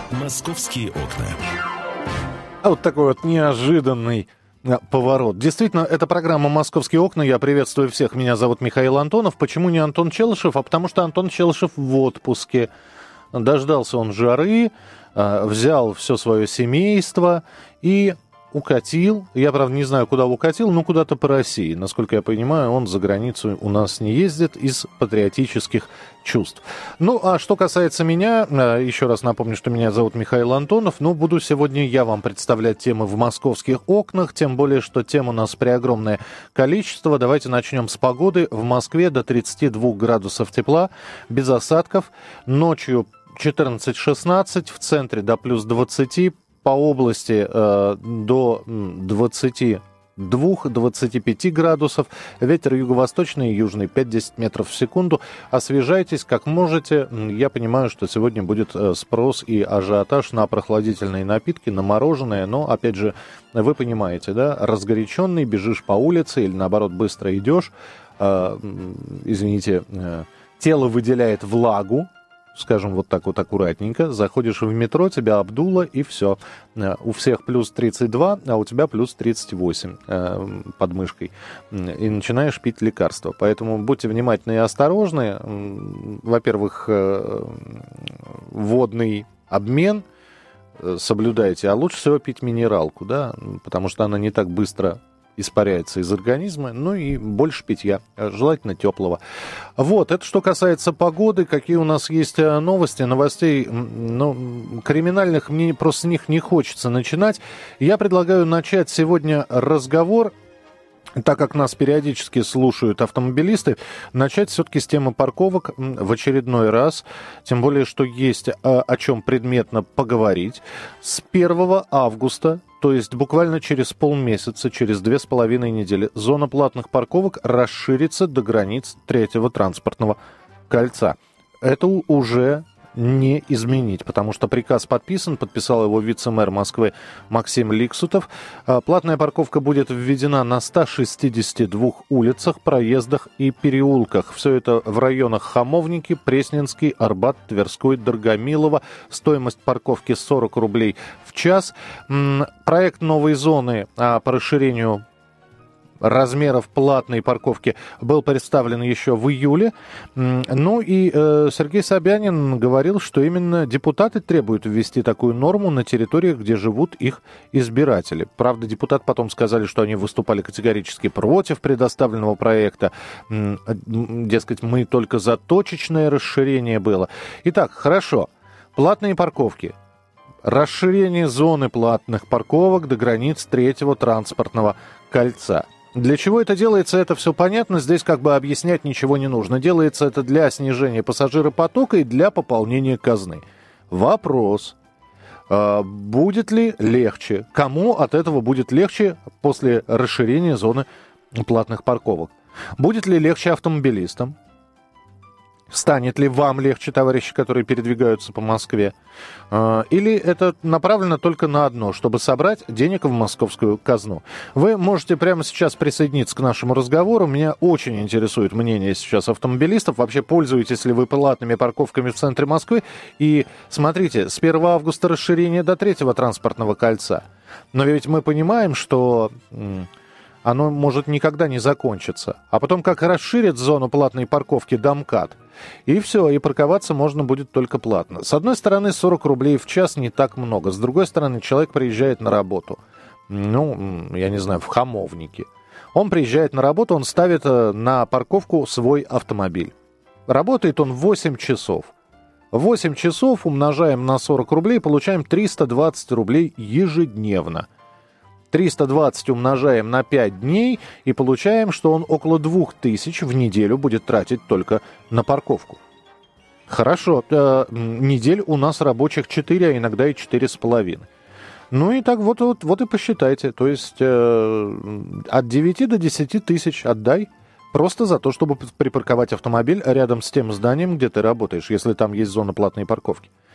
«Московские окна». А вот такой вот неожиданный поворот. Действительно, это программа «Московские окна». Я приветствую всех. Меня зовут Михаил Антонов. Почему не Антон Челышев? А потому что Антон Челышев в отпуске. Дождался он жары, взял все свое семейство и укатил. Я, правда, не знаю, куда укатил, но куда-то по России. Насколько я понимаю, он за границу у нас не ездит из патриотических чувств. Ну, а что касается меня, еще раз напомню, что меня зовут Михаил Антонов. Ну, буду сегодня я вам представлять темы в «Московских окнах», тем более, что тем у нас преогромное количество. Давайте начнем с погоды. В Москве до 32 градусов тепла, без осадков. Ночью 14-16, в центре до плюс 20, по области до 22-25 градусов. Ветер юго-восточный и южный 5-10 метров в секунду. Освежайтесь как можете. Я понимаю, что сегодня будет спрос и ажиотаж на прохладительные напитки, на мороженое. Но, опять же, вы понимаете, да, разгоряченный, бежишь по улице или, наоборот, быстро идешь. Тело выделяет влагу. Скажем, вот так вот аккуратненько, заходишь в метро, тебя обдуло, и все. У всех плюс 32, а у тебя плюс 38 под мышкой. И начинаешь пить лекарства. Поэтому будьте внимательны и осторожны. Во-первых, водный обмен соблюдайте, а лучше всего пить минералку, да, потому что она не так быстро испаряется из организма, ну и больше питья, желательно теплого. Вот, это что касается погоды, какие у нас есть новости, новостей, ну, криминальных, мне просто с них не хочется начинать. Я предлагаю начать сегодня разговор, так как нас периодически слушают автомобилисты, начать все-таки с темы парковок в очередной раз. Тем более, что есть о чем предметно поговорить. С 1 августа, то есть буквально через полмесяца, через 2,5 недели, зона платных парковок расширится до границ третьего транспортного кольца. Это уже не изменить, потому что приказ подписан, подписал его вице-мэр Москвы Максим Ликсутов. Платная парковка будет введена на 162 улицах, проездах и переулках. Все это в районах Хамовники, Пресненский, Арбат, Тверской, Доргомилово. Стоимость парковки 40 рублей в час. Проект новой зоны по расширению размеров платной парковки был представлен еще в июле. Ну и Сергей Собянин говорил, что именно депутаты требуют ввести такую норму на территориях, где живут их избиратели. Правда, депутаты потом сказали, что они выступали категорически против предоставленного проекта. Дескать, мы только за точечное расширение было. Итак, хорошо. Платные парковки. Расширение зоны платных парковок до границ третьего транспортного кольца. Для чего это делается, это все понятно. Здесь как бы объяснять ничего не нужно. Делается это для снижения пассажиропотока и для пополнения казны. Вопрос. Будет ли легче? Кому от этого будет легче после расширения зоны платных парковок? Будет ли легче автомобилистам? Станет ли вам легче, товарищи, которые передвигаются по Москве? Или это направлено только на одно, чтобы собрать денег в московскую казну? Вы можете прямо сейчас присоединиться к нашему разговору. Меня очень интересует мнение сейчас автомобилистов. Вообще, пользуетесь ли вы платными парковками в центре Москвы? И смотрите, с 1 августа расширение до третьего транспортного кольца. Но ведь мы понимаем, что оно может никогда не закончиться. А потом как расширят зону платной парковки до МКАД, и все, и парковаться можно будет только платно. С одной стороны, 40 рублей в час не так много. С другой стороны, человек приезжает на работу. Ну, я не знаю, в Хамовнике. Он приезжает на работу, он ставит на парковку свой автомобиль. Работает он 8 часов. 8 часов умножаем на 40 рублей, получаем 320 рублей ежедневно. 320 умножаем на 5 дней и получаем, что он около 2000 в неделю будет тратить только на парковку. Хорошо, недель у нас рабочих 4, а иногда и 4,5. Ну и так вот и посчитайте. То есть от 9 до 10 тысяч отдай просто за то, чтобы припарковать автомобиль рядом с тем зданием, где ты работаешь, если там есть зона платной парковки.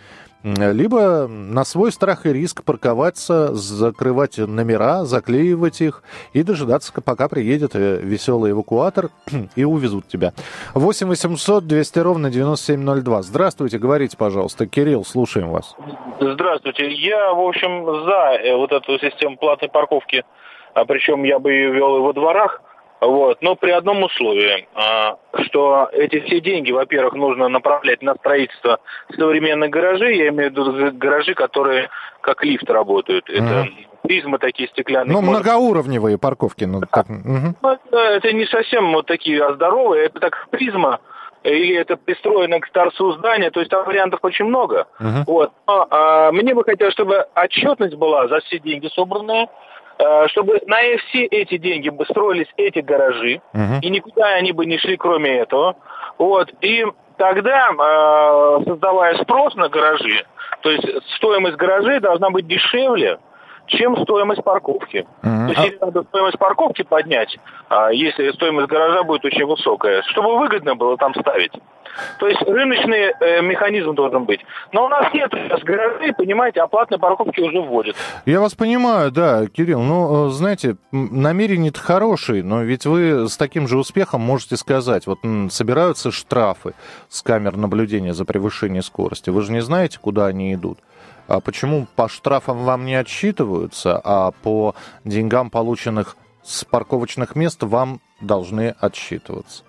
либо на свой страх и риск парковаться, закрывать номера, заклеивать их и дожидаться, пока приедет веселый эвакуатор и увезут тебя. 8 800 200 ровно 9702. Здравствуйте, говорите, пожалуйста. Кирилл, слушаем вас. Здравствуйте. Я, в общем, за вот эту систему платной парковки, причем я бы ее вел и во дворах, вот, но при одном условии, что эти все деньги, во-первых, нужно направлять на строительство современных гаражей, я имею в виду гаражи, которые как лифт работают. Это призмы такие стеклянные. Ну, многоуровневые парковки. Ну, так. Это не совсем вот такие здоровые, это так призма, или это пристроено к торцу здания, то есть там вариантов очень много. Вот. Но, мне бы хотелось, чтобы отчетность была за все деньги собранные, чтобы на все эти деньги бы строились эти гаражи, и никуда они бы не шли, кроме этого. Вот. И тогда, создавая спрос на гаражи, то есть стоимость гаражей должна быть дешевле, чем стоимость парковки. То есть если надо стоимость парковки поднять, если стоимость гаража будет очень высокая, чтобы выгодно было там ставить. То есть рыночный механизм должен быть. Но у нас нет гаражей, понимаете, а платные парковки уже вводят. Я вас понимаю, да, Кирилл. Ну, знаете, намерения-то хорошие, но ведь вы с таким же успехом можете сказать, вот собираются штрафы с камер наблюдения за превышение скорости. Вы же не знаете, куда они идут. А почему по штрафам вам не отсчитываются, а по деньгам, полученных с парковочных мест, вам должны отсчитываться?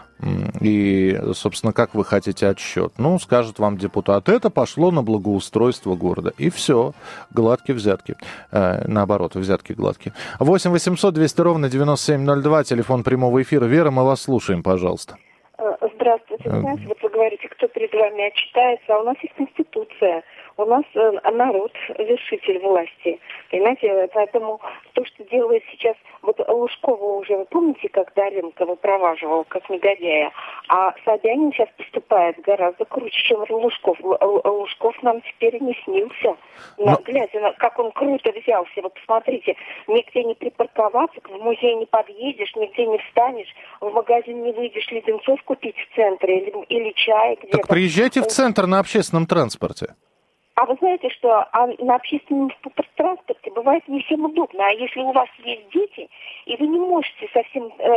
И, собственно, как вы хотите отсчет? Ну, скажет вам депутат, это пошло на благоустройство города. И все, гладкие взятки. Наоборот, взятки гладкие. 8 800 200 ровно 9702, телефон прямого эфира. Вера, мы вас слушаем, пожалуйста. Здравствуйте. Знаете, вот вы говорите, кто перед вами отчитается, а у нас есть Конституция. У нас народ, вершитель власти. Понимаете, поэтому то, что делает сейчас... Вот Лужкова уже, вы помните, как Даренко выпроваживал как негодяя? А Собянин сейчас поступает гораздо круче, чем Лужков. Лужков нам теперь не снился. Глядя на, как он круто взялся. Вот посмотрите, нигде не припарковаться, в музей не подъедешь, нигде не встанешь, в магазин не выйдешь леденцов купить в центре или чай где-то. Так приезжайте в центр на общественном транспорте. А вы знаете, что на общественном транспорте бывает не всем удобно. А если у вас есть дети, и вы не можете со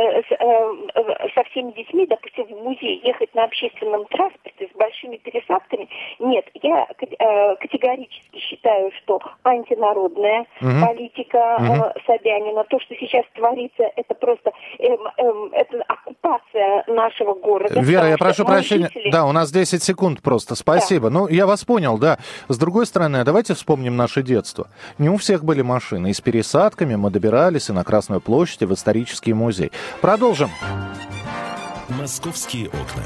всеми детьми, допустим, в музей ебать на общественном транспорте с большими пересадками, нет, я категорически считаю, что антинародная политика Собянина, то, что сейчас творится, это просто это оккупация нашего города. Вера, я прошу прощения. Да, у нас 10 секунд просто. Спасибо. Да. Ну, я вас понял, да. С другой стороны, давайте вспомним наше детство. Не у всех были машины, и с пересадками мы добирались и на Красную площадь, и в исторический музей. Продолжим. Московские окна.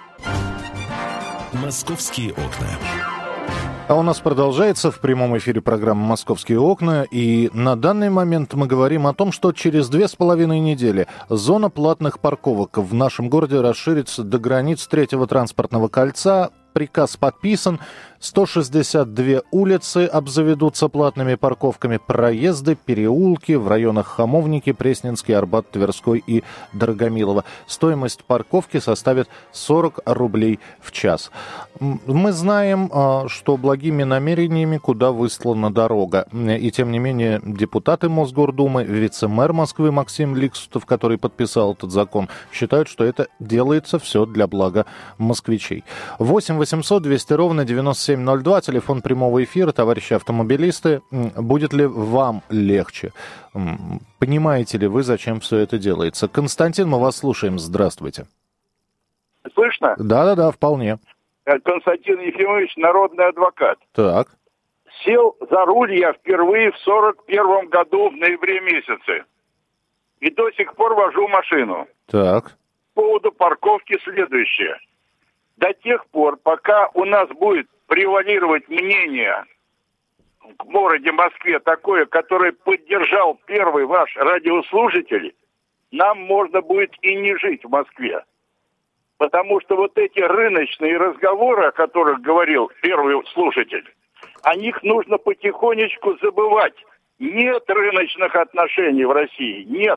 Московские окна. А у нас продолжается в прямом эфире программа «Московские окна». И на данный момент мы говорим о том, что через 2,5 недели зона платных парковок в нашем городе расширится до границ третьего транспортного кольца. Приказ подписан. 162 улицы обзаведутся платными парковками. Проезды, переулки в районах Хамовники, Пресненский, Арбат, Тверской и Дорогомилово. Стоимость парковки составит 40 рублей в час. Мы знаем, что благими намерениями куда выслана дорога. И тем не менее депутаты Мосгордумы, вице-мэр Москвы Максим Ликсутов, который подписал этот закон, считают, что это делается все для блага москвичей. 8 800 200 ровно 9702, телефон прямого эфира, товарищи автомобилисты. Будет ли вам легче? Понимаете ли вы, зачем все это делается? Константин, мы вас слушаем. Здравствуйте. Слышно? Да, вполне. Константин Ефимович, народный адвокат. Так. Сел за руль я впервые в 41 году в ноябре месяце. И до сих пор вожу машину. Так. По поводу парковки следующее. До тех пор, пока у нас будет превалировать мнение в городе Москве такое, которое поддержал первый ваш радиослушатель, нам можно будет и не жить в Москве. Потому что вот эти рыночные разговоры, о которых говорил первый слушатель, о них нужно потихонечку забывать. Нет рыночных отношений в России, нет.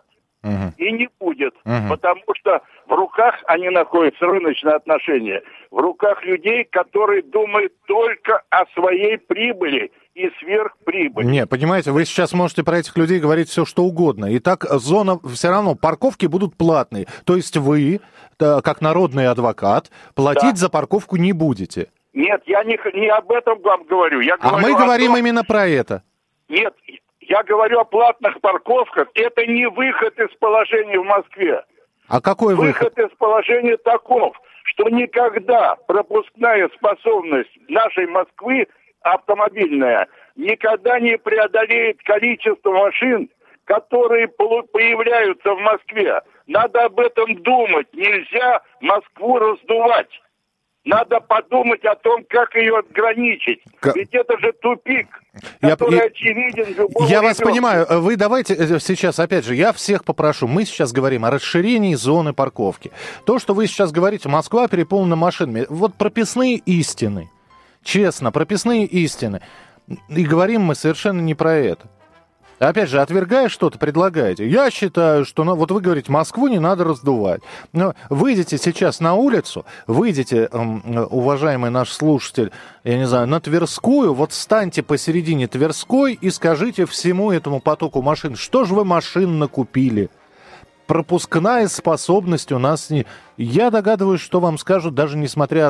И не будет, потому что в руках они находятся, рыночные отношения, в руках людей, которые думают только о своей прибыли и сверхприбыли. Не, понимаете, вы сейчас можете про этих людей говорить все, что угодно. И так зона, все равно, парковки будут платные. То есть вы, как народный адвокат, платить за парковку не будете. Нет, я не об этом вам говорю. А мы говорим именно про это. Нет, я говорю о платных парковках. Это не выход из положения в Москве. А какой выход? Выход из положения таков, что никогда пропускная способность нашей Москвы автомобильная никогда не преодолеет количество машин, которые появляются в Москве. Надо об этом думать. Нельзя Москву раздувать. Надо подумать о том, как ее отграничить. Ведь это же тупик, который очевиден любому Я вас ребенку. понимаю. Вы давайте сейчас, опять же, я всех попрошу. Мы сейчас говорим о расширении зоны парковки. То, что вы сейчас говорите, Москва переполнена машинами. Вот прописные истины. Честно, прописные истины. И говорим мы совершенно не про это. Опять же, отвергая что-то, предлагаете. Я считаю, что... вот вы говорите, Москву не надо раздувать. Но выйдите сейчас на улицу, выйдите, уважаемый наш слушатель, я не знаю, на Тверскую, вот встаньте посередине Тверской и скажите всему этому потоку машин, что же вы машин накупили? Пропускная способность у нас не... Я догадываюсь, что вам скажут, даже несмотря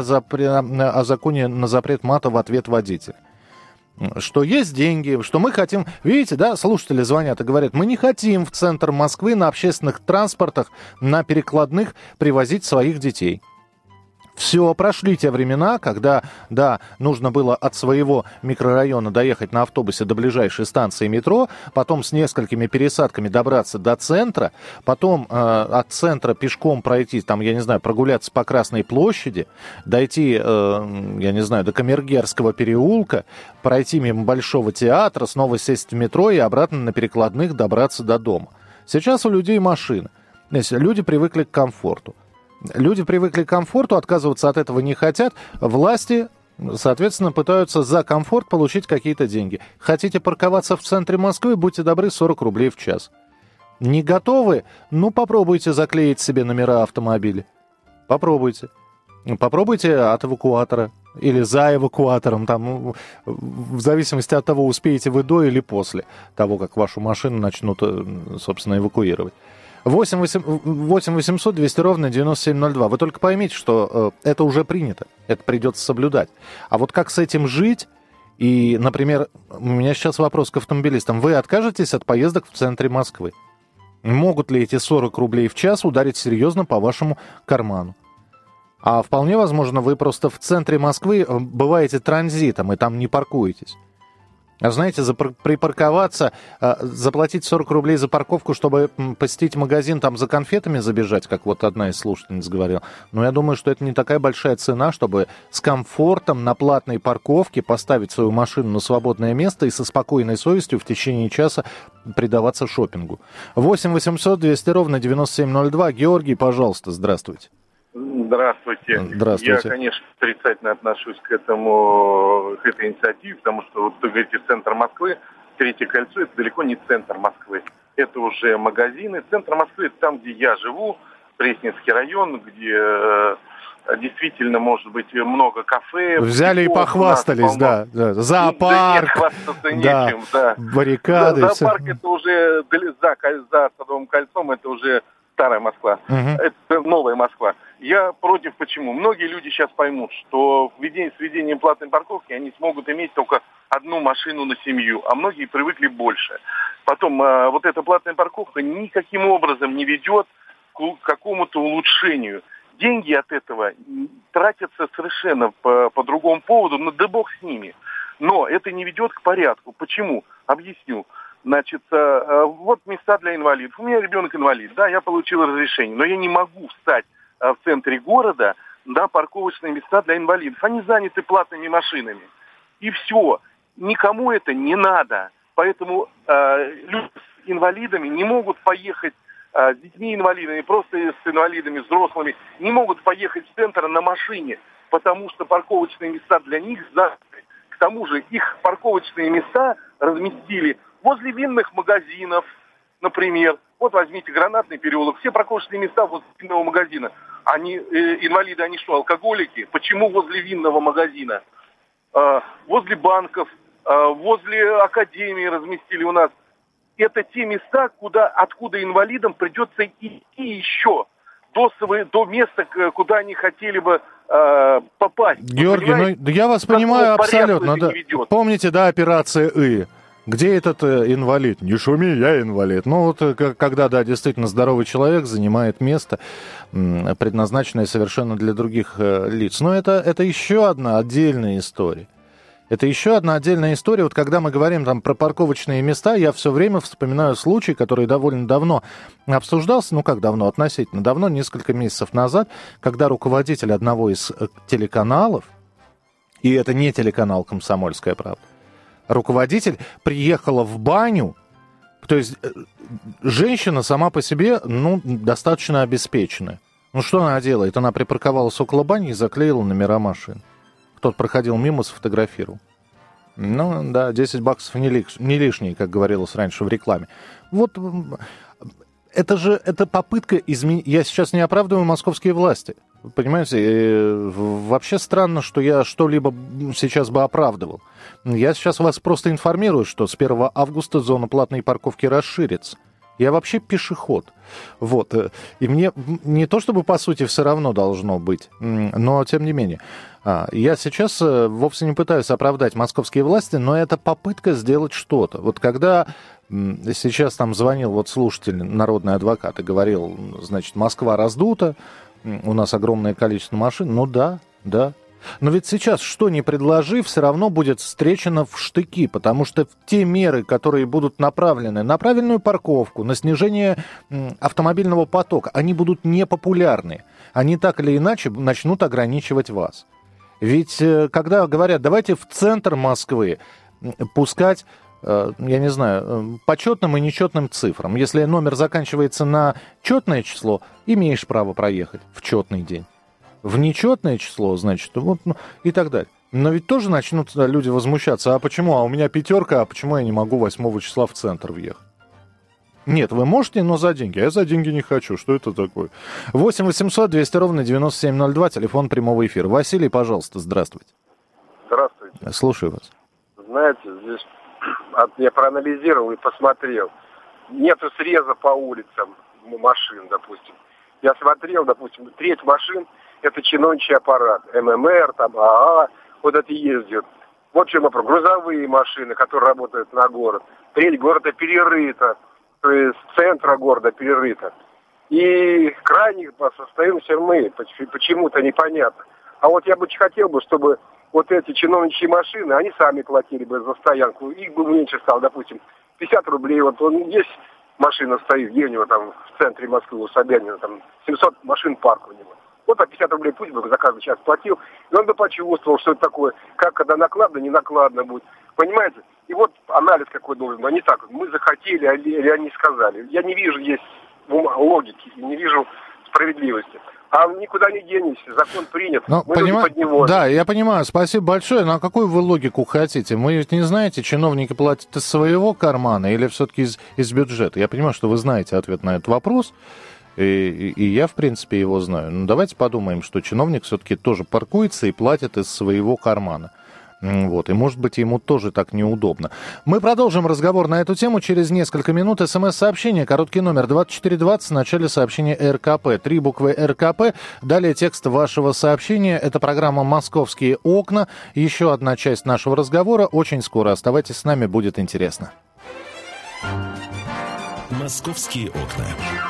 о законе на запрет мата в ответ водителя. Что есть деньги, что мы хотим... Видите, да, слушатели звонят и говорят, мы не хотим в центр Москвы на общественных транспортах, на перекладных привозить своих детей. Все, прошли те времена, когда, да, нужно было от своего микрорайона доехать на автобусе до ближайшей станции метро, потом с несколькими пересадками добраться до центра, потом от центра пешком пройти, там, я не знаю, прогуляться по Красной площади, дойти, я не знаю, до Камергерского переулка, пройти мимо Большого театра, снова сесть в метро и обратно на перекладных добраться до дома. Сейчас у людей машины. Люди привыкли к комфорту. Люди привыкли к комфорту, отказываться от этого не хотят. Власти, соответственно, пытаются за комфорт получить какие-то деньги. Хотите парковаться в центре Москвы, будьте добры, 40 рублей в час. Не готовы? Ну, попробуйте заклеить себе номера автомобиля. Попробуйте. Попробуйте от эвакуатора или за эвакуатором, там, в зависимости от того, успеете вы до или после того, как вашу машину начнут, собственно, эвакуировать. 8 800 200 ровно 9702. Вы только поймите, что это уже принято. Это придется соблюдать. А вот как с этим жить? И, например, у меня сейчас вопрос к автомобилистам. Вы откажетесь от поездок в центре Москвы? Могут ли эти 40 рублей в час ударить серьезно по вашему карману? А вполне возможно, вы просто в центре Москвы бываете транзитом и там не паркуетесь. А знаете, припарковаться, заплатить 40 рублей за парковку, чтобы посетить магазин, там за конфетами забежать, как вот одна из слушательниц говорила. Но я думаю, что это не такая большая цена, чтобы с комфортом на платной парковке поставить свою машину на свободное место и со спокойной совестью в течение часа предаваться шопингу. 8 800 200 ровно 9702. Георгий, пожалуйста, здравствуйте. Здравствуйте. Здравствуйте. Я, конечно, отрицательно отношусь к этой инициативе, потому что, вот вы говорите, центр Москвы, Третье кольцо, это далеко не центр Москвы. Это уже магазины. Центр Москвы — это там, где я живу, Пресненский район, где действительно может быть много кафе. Взяли и похвастались, да. Зоопарк. Да нет, хвастаться да. нечем, да. Баррикады. Зоопарк — это уже за Садовым кольцом, это уже старая Москва. Это новая Москва. Я против. Почему? Многие люди сейчас поймут, что с введением платной парковки они смогут иметь только одну машину на семью, а многие привыкли больше. Потом, вот эта платная парковка никаким образом не ведет к какому-то улучшению. Деньги от этого тратятся совершенно по другому поводу, но да бог с ними. Но это не ведет к порядку. Почему? Объясню. Значит, вот места для инвалидов. У меня ребенок инвалид, да, я получил разрешение, но я не могу встать в центре города на парковочные места для инвалидов. Они заняты платными машинами. И все. Никому это не надо. Поэтому люди с инвалидами не могут поехать, с детьми-инвалидами, просто с инвалидами, взрослыми, не могут поехать в центр на машине, потому что парковочные места для них заняты. К тому же их парковочные места разместили возле винных магазинов, например, вот возьмите Гранатный переулок, все парковочные места возле винного магазина. Они, инвалиды, они что, алкоголики? Почему возле винного магазина? Возле банков, возле академии разместили у нас. Это те места, откуда инвалидам придется идти еще до места, куда они хотели бы попасть. Георгий, я вас понимаю абсолютно. Да. Помните, да, операция «И»? Где этот инвалид? Не шуми, я инвалид. Ну вот, когда, да, действительно здоровый человек занимает место, предназначенное совершенно для других лиц. Но это еще одна отдельная история. Это еще одна отдельная история. Вот когда мы говорим там про парковочные места, я все время вспоминаю случай, который довольно давно обсуждался, ну как давно, относительно давно, несколько месяцев назад, когда руководитель одного из телеканалов, и это не телеканал «Комсомольская правда», руководитель приехала в баню, то есть женщина сама по себе, ну, достаточно обеспеченная. Ну, что она делает? Она припарковалась около бани и заклеила номера машин. Кто-то проходил мимо, сфотографировал. Ну, да, $10 не лишние, как говорилось раньше в рекламе. Вот это попытка изменить... Я сейчас не оправдываю московские власти. Понимаете, вообще странно, что я что-либо сейчас бы оправдывал. Я сейчас вас просто информирую, что с 1 августа зона платной парковки расширится. Я вообще пешеход. Вот. И мне не то чтобы по сути все равно должно быть, но тем не менее. Я сейчас вовсе не пытаюсь оправдать московские власти, но это попытка сделать что-то. Вот когда сейчас там звонил вот слушатель, народный адвокат, и говорил, значит, Москва раздута, у нас огромное количество машин. Ну да. Но ведь сейчас, что ни предложи, все равно будет встречено в штыки, потому что те меры, которые будут направлены на правильную парковку, на снижение автомобильного потока, они будут непопулярны. Они так или иначе начнут ограничивать вас. Ведь когда говорят, давайте в центр Москвы пускать, я не знаю, по четным и нечетным цифрам. Если номер заканчивается на четное число, имеешь право проехать в четный день. В нечетное число, значит, вот, ну, и так далее. Но ведь тоже начнут люди возмущаться. А почему? А у меня 5, а почему я не могу 8 числа в центр въехать? Нет, вы можете, но за деньги. Я за деньги не хочу. Что это такое? 8 800 200 ровно 9702, телефон прямого эфира. Василий, пожалуйста, здравствуйте. Здравствуйте. Слушаю вас. Знаете, здесь я проанализировал и посмотрел. Нету среза по улицам машин, допустим. Я смотрел, допустим, треть машин — это чиновничий аппарат. ММР, там, АА, вот это ездят. Вот в чем вопрос. Грузовые машины, которые работают на город. Треть города перерыта. То есть центра города перерыта. И крайних остаемся мы. Почему-то непонятно. А вот я бы хотел бы, чтобы вот эти чиновничьи машины, они сами платили бы за стоянку. Их бы меньше стало, допустим, 50 рублей. Вот он есть машина стоит, где у него там в центре Москвы, у Собянина, там 700 машин парк у него. Вот по 50 рублей пусть бы за каждый час платил, и он бы почувствовал, что это такое, как когда накладно, не накладно будет. Понимаете? И вот анализ какой должен быть. А не так, мы захотели, или они сказали. Я не вижу здесь логики, не вижу справедливости. А никуда не денешься, закон принят, мы под него. Да, я понимаю, спасибо большое, но какую вы логику хотите? Мы ведь не знаете, чиновники платят из своего кармана или все-таки из бюджета? Я понимаю, что вы знаете ответ на этот вопрос, и я, в принципе, его знаю. Но давайте подумаем, что чиновник все-таки тоже паркуется и платит из своего кармана. Вот, и, может быть, ему тоже так неудобно. Мы продолжим разговор на эту тему через несколько минут. СМС-сообщение, короткий номер 2420, в начале сообщения РКП. 3 буквы РКП. Далее текст вашего сообщения. Это программа «Московские окна». Еще одна часть нашего разговора. Очень скоро. Оставайтесь с нами, будет интересно. «Московские окна».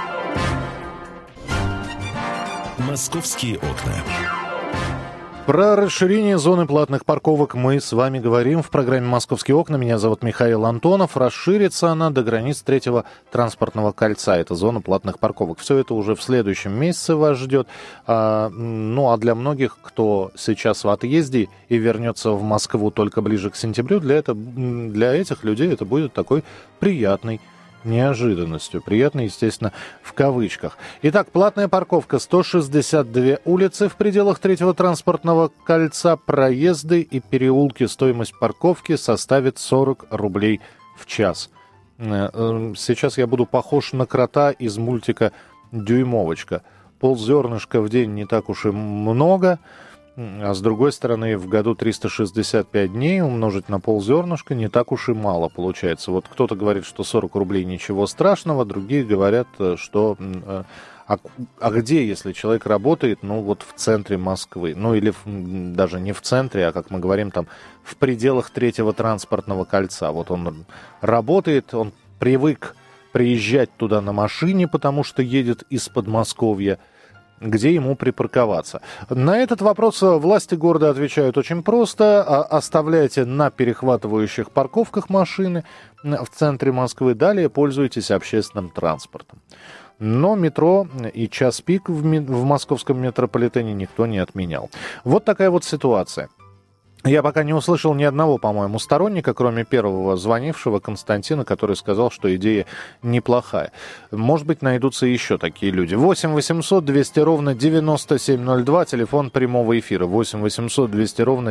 «Московские окна». Про расширение зоны платных парковок мы с вами говорим в программе «Московские окна». Меня зовут Михаил Антонов. Расширится она до границ 3-го транспортного кольца. Это зона платных парковок. Все это уже в следующем месяце вас ждет. Ну, а для многих, кто сейчас в отъезде и вернется в Москву только ближе к сентябрю, для этих людей это будет такой приятный неожиданностью. Приятно, естественно, в кавычках. Итак, платная парковка 162 улицы в пределах 3-го транспортного кольца, проезды и переулки. Стоимость парковки составит 40 рублей в час. Сейчас я буду похож на крота из мультика «Дюймовочка». Ползернышка в день не так уж и много, а с другой стороны, в году 365 дней умножить на ползернышка не так уж и мало получается. Вот кто-то говорит, что 40 рублей ничего страшного, другие говорят, что... А где, если человек работает, ну, вот в центре Москвы, ну, или даже не в центре, а, как мы говорим, там, в пределах третьего транспортного кольца. Вот он работает, он привык приезжать туда на машине, потому что едет из Подмосковья, где ему припарковаться. На этот вопрос власти города отвечают очень просто. Оставляйте на перехватывающих парковках машины в центре Москвы, далее пользуйтесь общественным транспортом. Но метро и час пик в московском метрополитене никто не отменял. Вот такая вот ситуация. Я пока не услышал ни одного, по-моему, сторонника, кроме первого звонившего Константина, который сказал, что идея неплохая. Может быть, найдутся еще такие люди. 8 800 200 ровно 9702, телефон прямого эфира. 8 800 200 ровно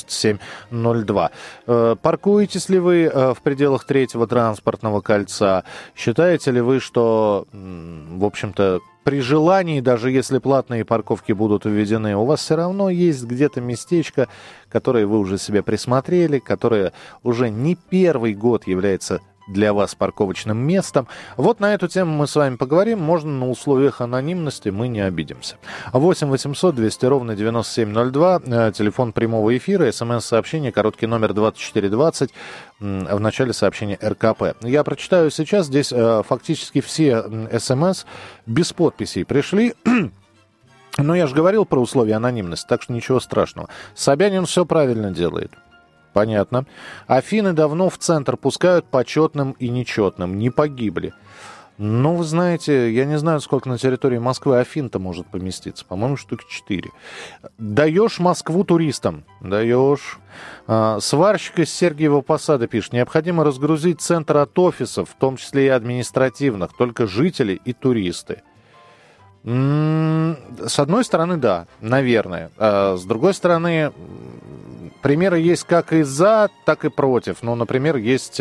9702. Паркуетесь ли вы в пределах третьего транспортного кольца? Считаете ли вы, что, в общем-то, при желании, даже если платные парковки будут введены, у вас все равно есть где-то местечко, которое вы уже себе присмотрели, которое уже не первый год является для вас парковочным местом. Вот на эту тему мы с вами поговорим. Можно на условиях анонимности, мы не обидимся. 8 800 200 ровно 9702, телефон прямого эфира, смс-сообщение, короткий номер 2420, в начале сообщения РКП. Я прочитаю сейчас, здесь фактически все смс без подписей пришли. Но я же говорил про условия анонимности, так что ничего страшного. Собянин все правильно делает. Понятно. Афины давно в центр пускают почетным и нечетным. Не погибли. Ну, вы знаете, я не знаю, сколько на территории Москвы Афин-то может поместиться. По-моему, штуки 4. Даешь Москву туристам? Даешь. Сварщик из Сергиева Посада пишет. Необходимо разгрузить центр от офисов, в том числе и административных. Только жители и туристы. С одной стороны, да, наверное. А с другой стороны... Примеры есть как и за, так и против. Ну, например, есть,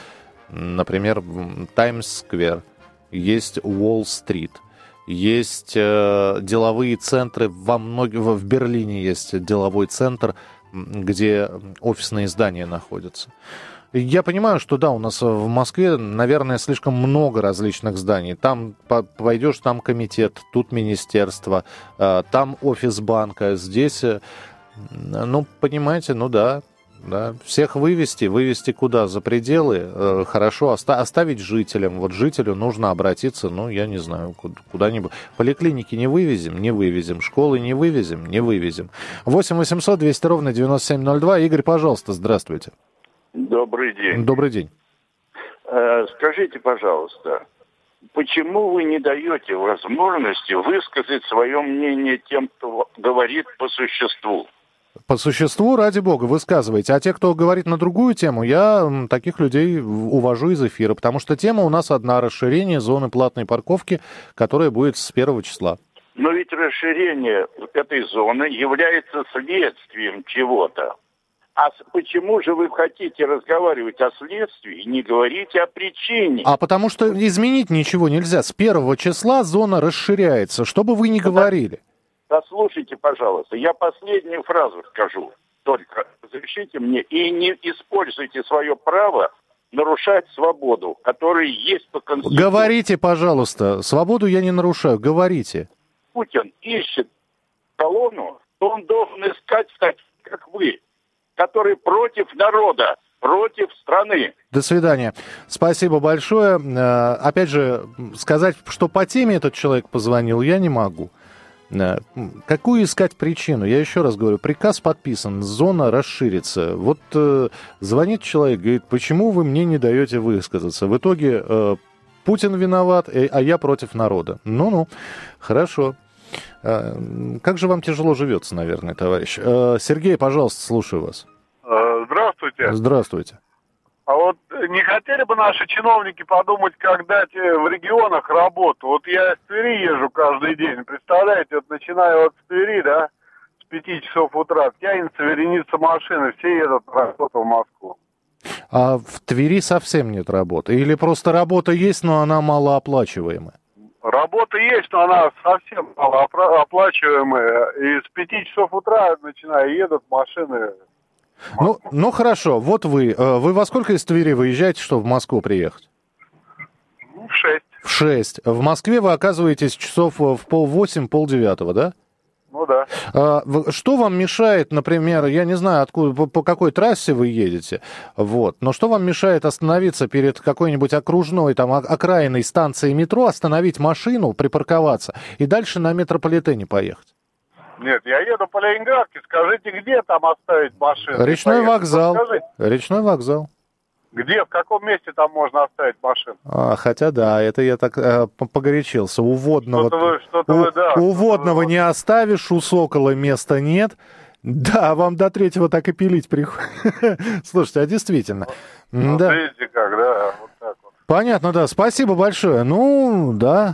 Таймс-сквер, есть Уолл-стрит, есть деловые центры, в Берлине есть деловой центр, где офисные здания находятся. Я понимаю, что да, у нас в Москве, наверное, слишком много различных зданий. Там пойдешь, там комитет, тут министерство, там офис банка, здесь... Ну, понимаете, ну да, всех вывести куда? За пределы, хорошо, оставить жителям. Вот жителю нужно обратиться, ну, я не знаю, куда-нибудь. Поликлиники не вывезем, школы не вывезем. 8 800 200 ровно 9702. Игорь, пожалуйста, здравствуйте. Добрый день. Добрый день. Скажите, пожалуйста, почему вы не даете возможности высказать свое мнение тем, кто говорит по существу? По существу, ради бога, высказывайте. А те, кто говорит на другую тему, я таких людей увожу из эфира, потому что тема у нас одна — расширение зоны платной парковки, которая будет с 1 числа. Но ведь расширение этой зоны является следствием чего-то. А почему же вы хотите разговаривать о следствии и не говорите о причине? А потому что изменить ничего нельзя. С 1 числа зона расширяется, что бы вы ни говорили. Да слушайте, пожалуйста, я последнюю фразу скажу. Только разрешите мне и не используйте свое право нарушать свободу, которая есть по Конституции. Говорите, пожалуйста. Свободу я не нарушаю. Говорите. Путин ищет колонну, то он должен искать таких, как вы, которые против народа, против страны. До свидания. Спасибо большое. Опять же, сказать, что по теме этот человек позвонил, я не могу. Какую искать причину? Я еще раз говорю, приказ подписан, зона расширится. Вот звонит человек, говорит, почему вы мне не даете высказаться? В итоге Путин виноват, а я против народа. Ну-ну, хорошо. Как же вам тяжело живется, наверное, товарищ. Сергей, пожалуйста, слушаю вас. Здравствуйте. Здравствуйте. А вот не хотели бы наши чиновники подумать, как дать в регионах работу? Вот я из Твери езжу каждый день, представляете, вот начиная от Твери, да, с 5 часов утра, тянется вереница машины, все едут на работу в Москву. А в Твери совсем нет работы? Или просто работа есть, но она малооплачиваемая? Работа есть, но она совсем малооплачиваемая. И с 5 часов утра, начиная, едут машины. Ну хорошо, вот вы во сколько из Твери выезжаете, чтобы в Москву приехать? В 6. В 6. В Москве вы оказываетесь часов в 7:30, 8:30, да? Ну да. Что вам мешает, например, я не знаю, откуда, по какой трассе вы едете, вот, но что вам мешает остановиться перед какой-нибудь окружной, там, окраинной станцией метро, остановить машину, припарковаться и дальше на метрополитене поехать? Нет, я еду по Ленинградке. Скажите, где там оставить машину? Речной вокзал. Речной вокзал. Где, в каком месте там можно оставить машину? Хотя да, это я так погорячился. У водного не оставишь, у Сокола места нет. Да, вам до 3-го так и пилить приходится. Слушайте, а действительно. Да. Видите как, да, вот так вот. Понятно, да. Спасибо большое. Ну, да.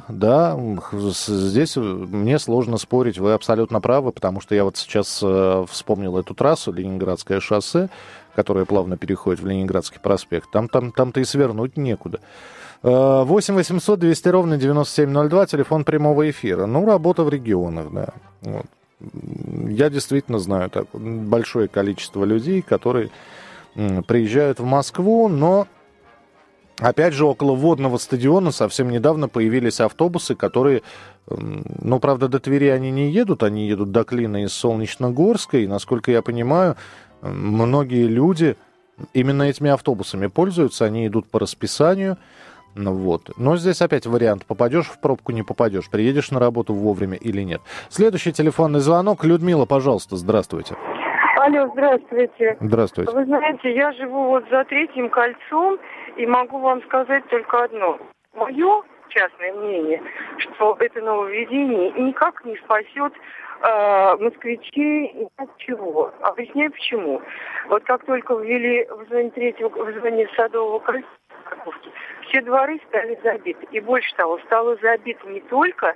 Здесь мне сложно спорить. Вы абсолютно правы, потому что я вот сейчас вспомнил эту трассу, Ленинградское шоссе, которое плавно переходит в Ленинградский проспект. Там-то и свернуть некуда. 8 800 200 ровно 9702, телефон прямого эфира. Ну, работа в регионах, да. Вот. Я действительно знаю так большое количество людей, которые приезжают в Москву, но, опять же, около водного стадиона совсем недавно появились автобусы, которые, ну, правда, до Твери они не едут, они едут до Клина из Солнечногорска, и, насколько я понимаю, многие люди именно этими автобусами пользуются, они идут по расписанию. Вот. Но здесь опять вариант: попадешь в пробку, не попадешь, приедешь на работу вовремя или нет. Следующий телефонный звонок. Людмила, пожалуйста, здравствуйте. Алло, здравствуйте. Здравствуйте. Вы знаете, я живу вот за Третьим кольцом, и могу вам сказать только одно. Мое частное мнение, что это нововведение никак не спасет москвичей ни от чего. Объясняю почему. Вот как только ввели в зоне Садового кольца все дворы стали забиты. И больше того, стало забито не только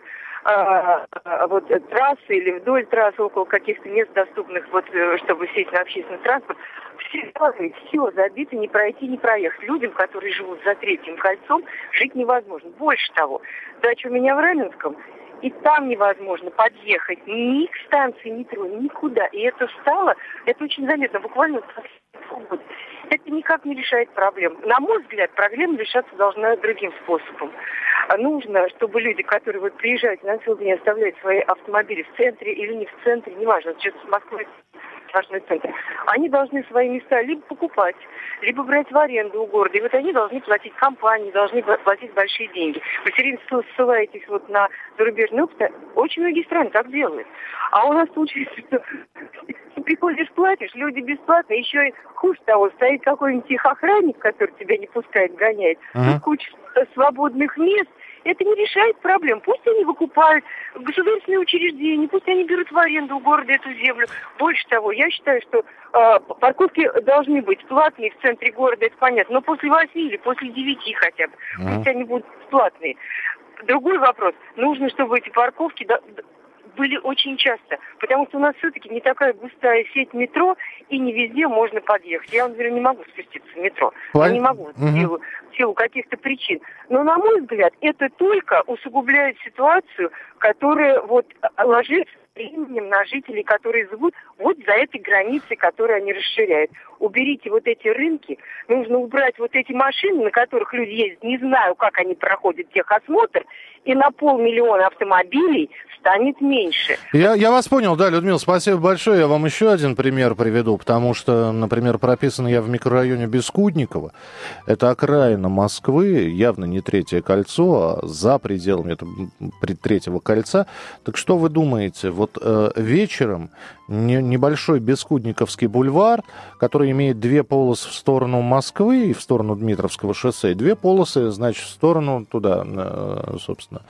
вот трассы или вдоль трассы, около каких-то мест доступных, вот, чтобы сесть на общественный транспорт. Все дворы, все забито, не пройти, не проехать. Людям, которые живут за Третьим кольцом, жить невозможно. Больше того, дача у меня в Раменском, и там невозможно подъехать ни к станции метро, никуда. И это очень заметно, буквально вот. Это никак не решает проблем. На мой взгляд, проблемы решаться должны другим способом. Нужно, чтобы люди, которые вот приезжают на целый день, оставляют свои автомобили в центре или не в центре, неважно, что с Москвы важный центр, они должны свои места либо покупать, либо брать в аренду у города. И вот они должны платить компании, должны платить большие деньги. Вы все время ссылаетесь вот на зарубежный опыт. Очень многие страны так делают. А у нас получается, что приходишь, платишь, люди бесплатно, еще и хуже того, стоит какой-нибудь их охранник, который тебя не пускает, гоняет, тут куча свободных мест. Это не решает проблем. Пусть они выкупают государственные учреждения, пусть они берут в аренду у города эту землю. Больше того, я считаю, что парковки должны быть платные в центре города, это понятно, но после 8 или после 9 хотя бы. Пусть они будут платные. Другой вопрос. Нужно, чтобы эти парковки были очень часто, потому что у нас все-таки не такая густая сеть метро, и не везде можно подъехать. Я, например, не могу спуститься в метро. Я не могу в силу каких-то причин. Но, на мой взгляд, это только усугубляет ситуацию, которая вот ложится временем на жителей, которые живут вот за этой границей, которую они расширяют. Уберите вот эти рынки, нужно убрать вот эти машины, на которых люди ездят, не знаю, как они проходят техосмотр, и на 500 000 автомобилей станет меньше. Я вас понял, да, Людмила, спасибо большое. Я вам еще один пример приведу, потому что, например, прописан я в микрорайоне Бескудниково. Это окраина Москвы, явно не Третье кольцо, а за пределами Третьего кольца. Так что вы думаете, вот вечером небольшой Бескудниковский бульвар, который имеет 2 полосы в сторону Москвы и в сторону Дмитровского шоссе, 2 полосы, значит, в сторону туда, собственно,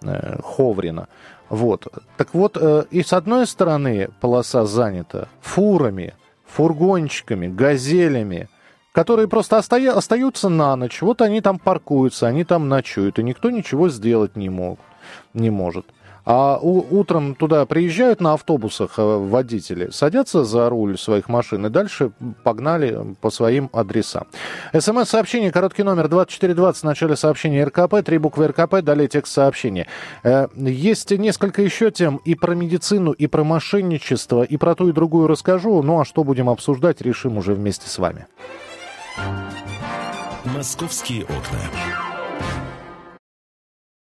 Ховрина. Вот. Так вот, и с одной стороны полоса занята фурами, фургончиками, газелями, которые просто остаются на ночь. Вот они там паркуются, они там ночуют, и никто ничего сделать не может. А утром туда приезжают на автобусах водители, садятся за руль своих машин и дальше погнали по своим адресам. СМС-сообщение, короткий номер 2420, в начале сообщения РКП, 3 буквы РКП, далее текст сообщения. Есть несколько еще тем и про медицину, и про мошенничество, и про ту и другую расскажу. Ну а что будем обсуждать, решим уже вместе с вами. «Московские окна».